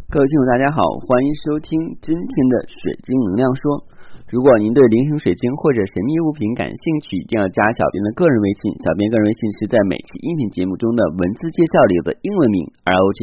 各位听众大家好，欢迎收听今天的水晶能量说。如果您对灵形水晶或者神秘物品感兴趣，一定要加小编的个人微信，小编个人微信是在每期音频节目中的文字介绍里的英文名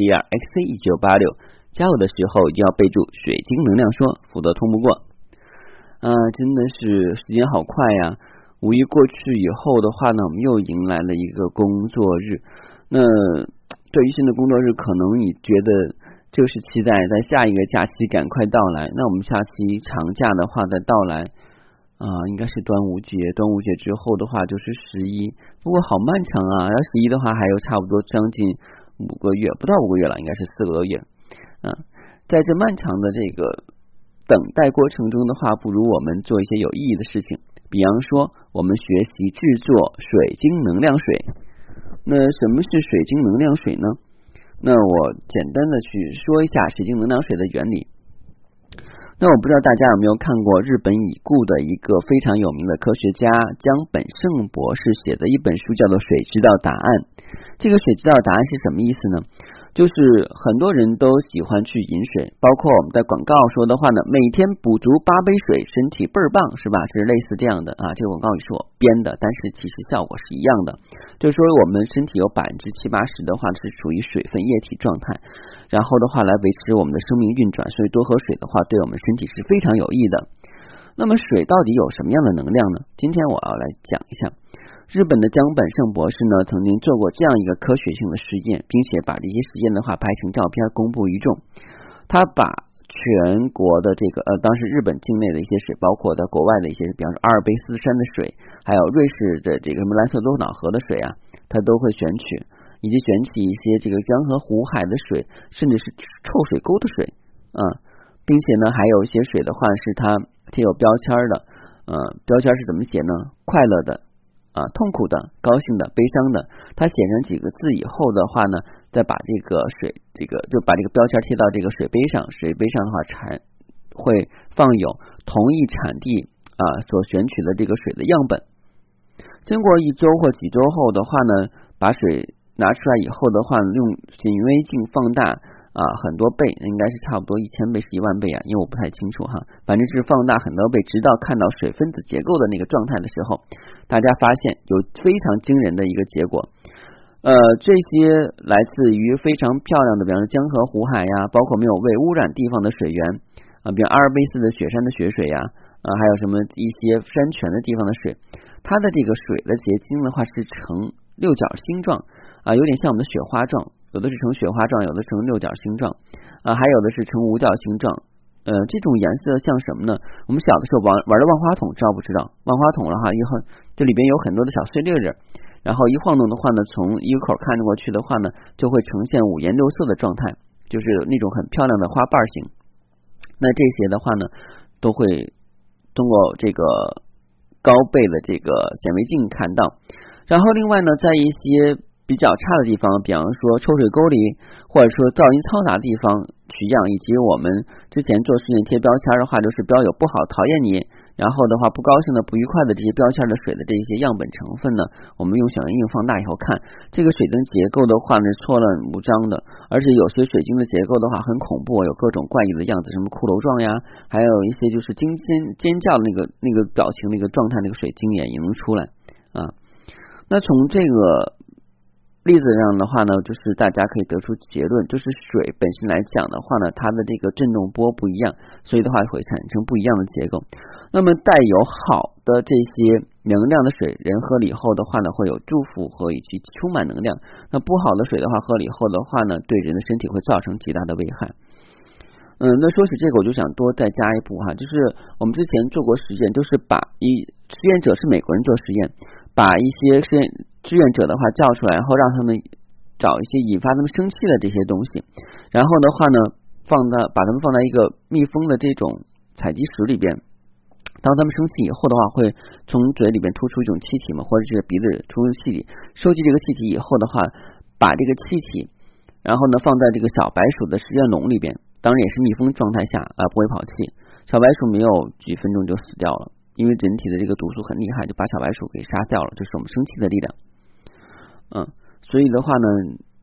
ROGERXC1986，加我的时候一定要备注水晶能量说，否则通不过。真的是时间好快呀，五一过去以后的话呢，我们又迎来了一个工作日。那这一新的工作日，可能你觉得就是期待在下一个假期赶快到来。那我们下期长假的话的到来应该是端午节，端午节之后的话就是11，不过好漫长啊，要11的话还有差不多将近5个月，不到5个月了，应该是4个多月。在这漫长的这个等待过程中的话，不如我们做一些有意义的事情，比方说我们学习制作水晶能量水。那什么是水晶能量水呢？那我简单的去说一下水晶能量水的原理。那我不知道大家有没有看过日本已故的一个非常有名的科学家江本胜博士写的一本书，叫做《水知道答案》。这个水知道答案是什么意思呢？就是很多人都喜欢去饮水，包括我们在广告说的话呢，每天补足8杯水，身体倍儿棒，是吧？是类似这样的这个广告语是我编的，但是其实效果是一样的。就是说我们身体有70-80%的话是处于水分液体状态，然后的话来维持我们的生命运转，所以多喝水的话对我们身体是非常有益的。那么水到底有什么样的能量呢？今天我要来讲一下。日本的江本胜博士呢，曾经做过这样一个科学性的实验，并且把这些实验的话拍成照片公布于众。他把全国的这个当时日本境内的一些水，包括在国外的一些，比方说阿尔卑斯山的水，还有瑞士的这个什么蓝色多瑙河的水他都会选取，以及选取一些这个江河湖海的水，甚至是臭水沟的水并且呢，还有一些水的话是它贴有标签的，标签是怎么写呢？快乐的痛苦的、高兴的、悲伤的，它写上几个字以后的话呢，再把这个水就把这个标签贴到这个水杯上，水杯上的话会放有同一产地所选取的这个水的样本。经过1周或几周后的话呢，把水拿出来以后的话，用显微镜放大很多倍，应该是差不多1000倍是1万倍因为我不太清楚反正是放大很多倍，直到看到水分子结构的那个状态的时候，大家发现有非常惊人的一个结果。这些来自于非常漂亮的，比方说江河湖海包括没有被污染地方的水源比如阿尔卑斯的雪山的雪水还有什么一些山泉的地方的水，它的这个水的结晶的话是呈六角星状有点像我们的雪花状，有的是呈雪花状，有的呈六角星状还有的是呈五角星状。这种颜色像什么呢？我们小的时候玩的万花筒，知道不知道？万花筒的话，以后这里边有很多的小碎粒粒，然后一晃动的话呢，从一个口看过去的话呢，就会呈现5颜6色的状态，就是那种很漂亮的花瓣型。那这些的话呢，都会通过这个高倍的这个显微镜看到。然后另外呢，在一些比较差的地方，比方说臭水沟里，或者说噪音嘈杂的地方取样，以及我们之前做实验贴标签的话，就是标有不好、讨厌你，然后的话不高兴的、不愉快的这些标签的水的这些样本成分呢，我们用显微镜放大以后看，这个水晶结构的话呢错乱无章的，而且有些水晶的结构的话很恐怖，有各种怪异的样子，什么骷髅状还有一些就是尖叫的那个表情那个状态，那个水晶也能出来那从这个例子上的话呢，就是大家可以得出结论，就是水本身来讲的话呢，它的这个振动波不一样，所以的话会产生不一样的结构。那么带有好的这些能量的水，人喝了以后的话呢，会有祝福和以及充满能量。那不好的水的话，喝了以后的话呢，对人的身体会造成极大的危害。那说起这个，我就想多再加一步就是我们之前做过实验，就是把实验者是美国人做实验，把一些志愿者的话叫出来，然后让他们找一些引发他们生气的这些东西，然后的话呢，把他们放在一个密封的这种采集室里边。当他们生气以后的话，会从嘴里边吐出一种气体嘛，或者是鼻子出气体，收集这个气体以后的话，把这个气体，然后呢放在这个小白鼠的实验笼里边，当然也是密封状态下不会跑气。小白鼠没有几分钟就死掉了，因为人体的这个毒素很厉害，就把小白鼠给杀掉了，这是我们生气的力量。所以的话呢，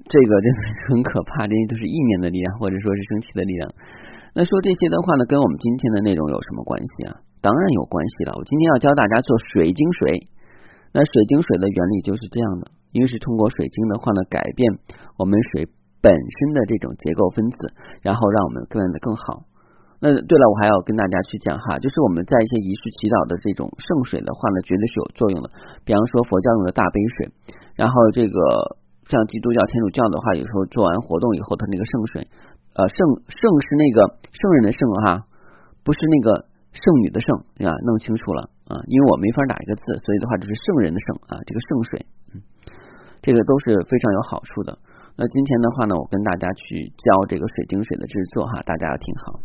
这个真的是很可怕，这些都是意念的力量，或者说是生气的力量。那说这些的话呢，跟我们今天的内容有什么关系啊？当然有关系了。我今天要教大家做水晶水。那水晶水的原理就是这样的，因为是通过水晶的话呢，改变我们水本身的这种结构分子，然后让我们变得更好。那对了，我还要跟大家去讲哈，就是我们在一些仪式祈祷的这种圣水的话呢，绝对是有作用的。比方说佛教用的大杯水，然后这个像基督教、天主教的话，有时候做完活动以后，它那个圣水，圣是那个圣人的圣哈，不是那个圣女的圣啊，弄清楚了啊，因为我没法打一个字，所以的话就是圣人的圣啊，这个圣水，这个都是非常有好处的。那今天的话呢，我跟大家去教这个水晶水的制作哈，大家要听好。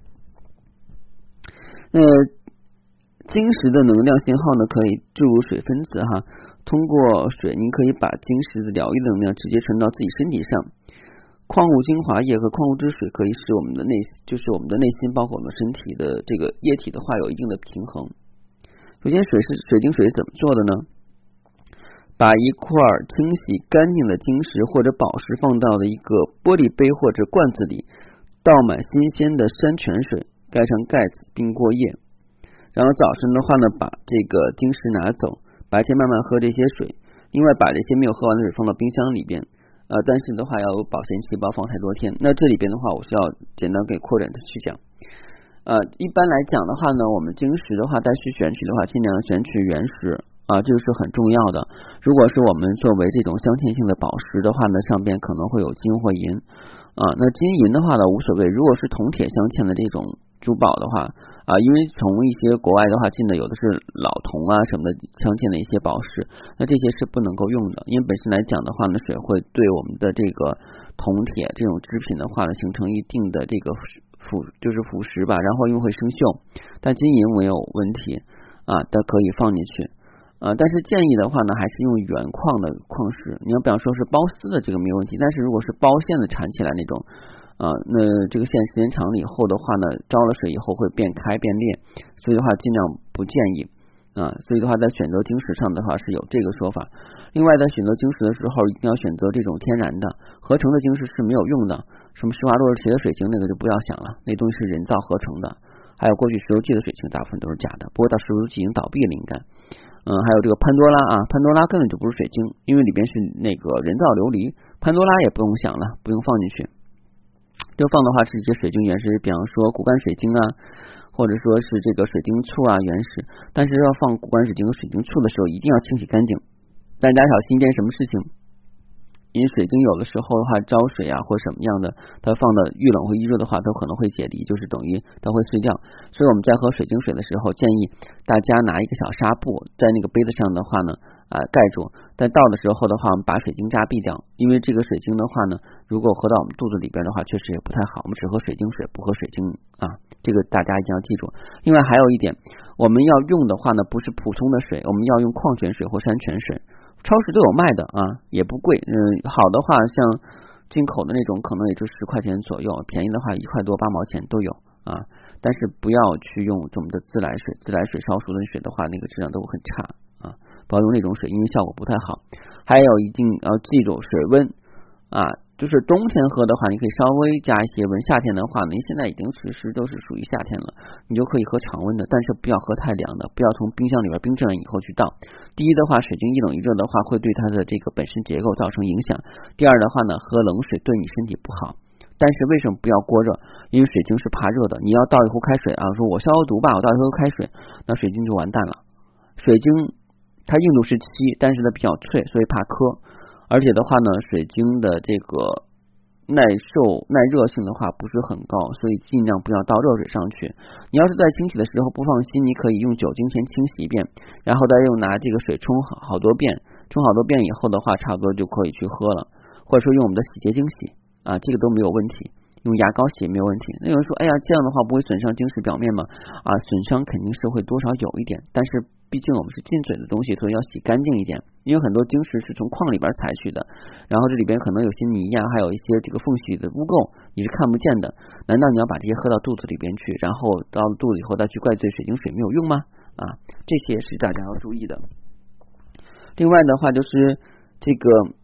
晶石的能量信号呢，可以注入水分子哈，通过水，您可以把晶石的疗愈能量直接传到自己身体上。矿物精华液和矿物质水可以使我们的就是我们的内心，包括我们身体的这个液体的话有一定的平衡。首先，水晶水是怎么做的呢？把一块清洗干净的晶石或者宝石放到了一个玻璃杯或者罐子里，倒满新鲜的山泉水，盖上盖子并过夜。然后早晨的话呢，把这个晶石拿走，白天慢慢喝这些水。另外，把这些没有喝完的水放到冰箱里边。但是的话要有保鲜期，不要放太多天。那这里边的话，我需要简单给扩展的去讲。一般来讲的话呢，我们晶石的话，再去选取的话，尽量选取原石啊，这个是很重要的。如果是我们作为这种镶嵌性的宝石的话呢，上边可能会有金或银啊。那金银的话呢无所谓，如果是铜铁镶嵌的这种珠宝的话因为从一些国外的话进的有的是老铜啊什么的镶嵌的一些宝石，那这些是不能够用的，因为本身来讲的话呢，水会对我们的这个铜铁这种制品的话呢，形成一定的这个就是腐蚀吧，然后又会生锈。但金银没有问题它可以放进去但是建议的话呢，还是用原矿的矿石。你要比方说是包丝的这个没有问题，但是如果是包线的缠起来那种那这个线时间长了以后的话呢，招了水以后会变开变裂，所以的话尽量不建议所以的话在选择晶石上的话是有这个说法。另外在选择晶石的时候，一定要选择这种天然的，合成的晶石是没有用的。什么施华洛世奇的水晶那个就不要想了，那东西是人造合成的。还有过去石油记的水晶大部分都是假的，不过到石油记已经倒闭了应该。还有这个潘多拉潘多拉根本就不是水晶，因为里边是那个人造琉璃，潘多拉也不用想了，不用放进去。就放的话是一些水晶原石，比方说骨干水晶或者说是这个水晶簇原石。但是要放骨干水晶和水晶簇的时候，一定要清洗干净。大家小心一件什么事情？因为水晶有的时候的话招水或什么样的，它放的遇冷或遇热的话都可能会解离，就是等于它会碎掉。所以我们在喝水晶水的时候，建议大家拿一个小纱布在那个杯子上的话呢盖住，在倒的时候的话我们把水晶渣避掉，因为这个水晶的话呢，如果喝到我们肚子里边的话确实也不太好，我们只喝水晶水不喝水晶这个大家一定要记住。另外还有一点，我们要用的话呢不是普通的水，我们要用矿泉水或山泉水，超市都有卖的也不贵。好的话像进口的那种可能也就10块钱左右，便宜的话1块多8毛钱都有但是不要去用我们的自来水，自来水烧熟的水的话那个质量都很差不要用那种水，因为效果不太好。还有一定要记住水温就是冬天喝的话你可以稍微加一些温，夏天的话呢现在已经其实都是属于夏天了，你就可以喝常温的，但是不要喝太凉的，不要从冰箱里边冰镇完以后去倒。第一的话水晶一冷一热的话会对它的这个本身结构造成影响，第二的话呢喝冷水对你身体不好。但是为什么不要过热？因为水晶是怕热的，你要倒一壶开水说我消毒吧，我倒一壶开水，那水晶就完蛋了。水晶它硬度是7，但是它比较脆，所以怕磕。而且的话呢，水晶的这个耐热性的话不是很高，所以尽量不要倒热水上去。你要是在清洗的时候不放心，你可以用酒精先清洗一遍，然后再用拿这个水冲好多遍，冲好多遍以后的话差不多就可以去喝了，或者说用我们的洗洁精洗这个都没有问题，用牙膏洗也没有问题。那有人说哎呀这样的话不会损伤晶石表面吗？损伤肯定是会多少有一点，但是毕竟我们是进嘴的东西，所以要洗干净一点。因为很多晶石是从矿里边采取的，然后这里边可能有些泥还有一些这个缝隙的污垢你是看不见的，难道你要把这些喝到肚子里边去，然后到了肚子以后再去怪罪水晶水没有用吗？这些是大家要注意的。另外的话就是这个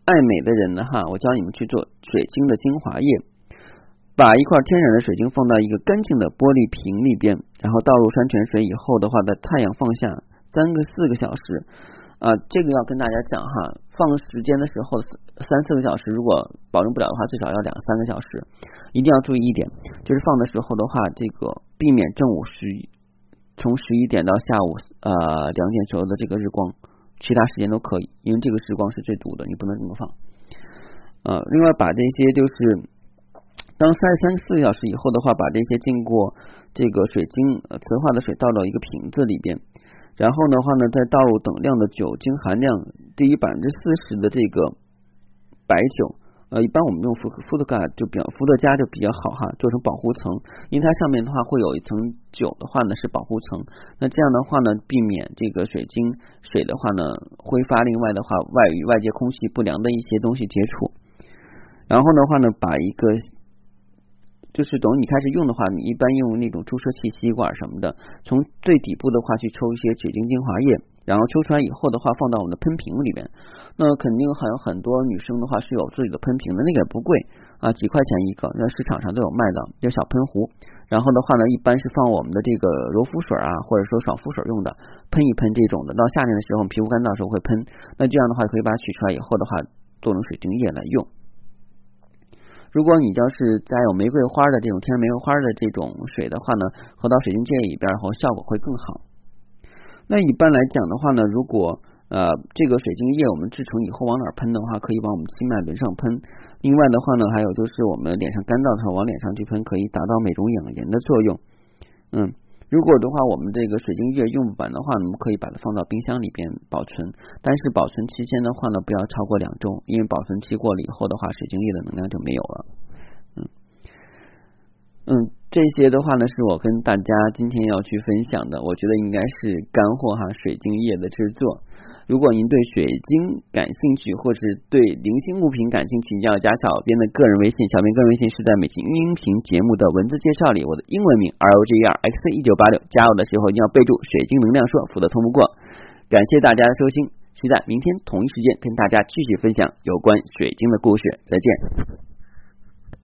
爱美的人呢我教你们去做水晶的精华液。把一块天然的水晶放到一个干净的玻璃瓶里边，然后倒入山泉水以后的话，在太阳放下3个4个小时。这个要跟大家讲放时间的时候3、4个小时，如果保证不了的话，最少要2、3个小时。一定要注意一点，就是放的时候的话，这个避免正午从11点到下午2点左右的这个日光，其他时间都可以，因为这个日光是最毒的，你不能这么放。另外把这些就是当晒3、4个小时以后的话，把这些经过这个水晶磁化的水倒到一个瓶子里边，然后的话呢，再倒入等量的酒精含量低于40%的这个白酒。一般我们用伏特加就比较好做成保护层，因为它上面的话会有一层酒的话呢是保护层，那这样的话呢，避免这个水晶水的话呢挥发，另外的话与外界空气不良的一些东西接触。然后的话呢，把一个就是等你开始用的话，你一般用那种注射器吸管什么的，从最底部的话去抽一些水晶精华液，然后抽出来以后的话放到我们的喷瓶里面。那肯定还有很多女生的话是有自己的喷瓶的，那个也不贵几块钱一个，那市场上都有卖的，叫小喷壶。然后的话呢，一般是放我们的这个柔肤水或者说爽肤水用的，喷一喷这种的，到夏天的时候皮肤干燥的时候会喷，那这样的话可以把它取出来以后的话做成水晶液来用。如果你要是加有玫瑰花的这种天然玫瑰花的这种水的话呢，喝到水晶液里边后效果会更好。那一般来讲的话呢，如果这个水晶液我们制成以后往哪喷的话，可以往我们经脉轮上喷。另外的话呢，还有就是我们脸上干燥的时候往脸上去喷，可以达到美容养颜的作用。如果的话我们这个水晶液用不完的话，我们可以把它放到冰箱里边保存，但是保存期间的话呢，不要超过2周，因为保存期过了以后的话，水晶液的能量就没有了。这些的话呢是我跟大家今天要去分享的，我觉得应该是干货水晶液的制作。如果您对水晶感兴趣，或是对零星物品感兴趣，一定要加小编的个人微信，小编个人微信是在每期音频节目的文字介绍里，我的英文名 ROGERX1986， 加我的时候一定要备注水晶能量说，否则通不过。感谢大家的收听，期待明天同一时间跟大家继续分享有关水晶的故事，再见。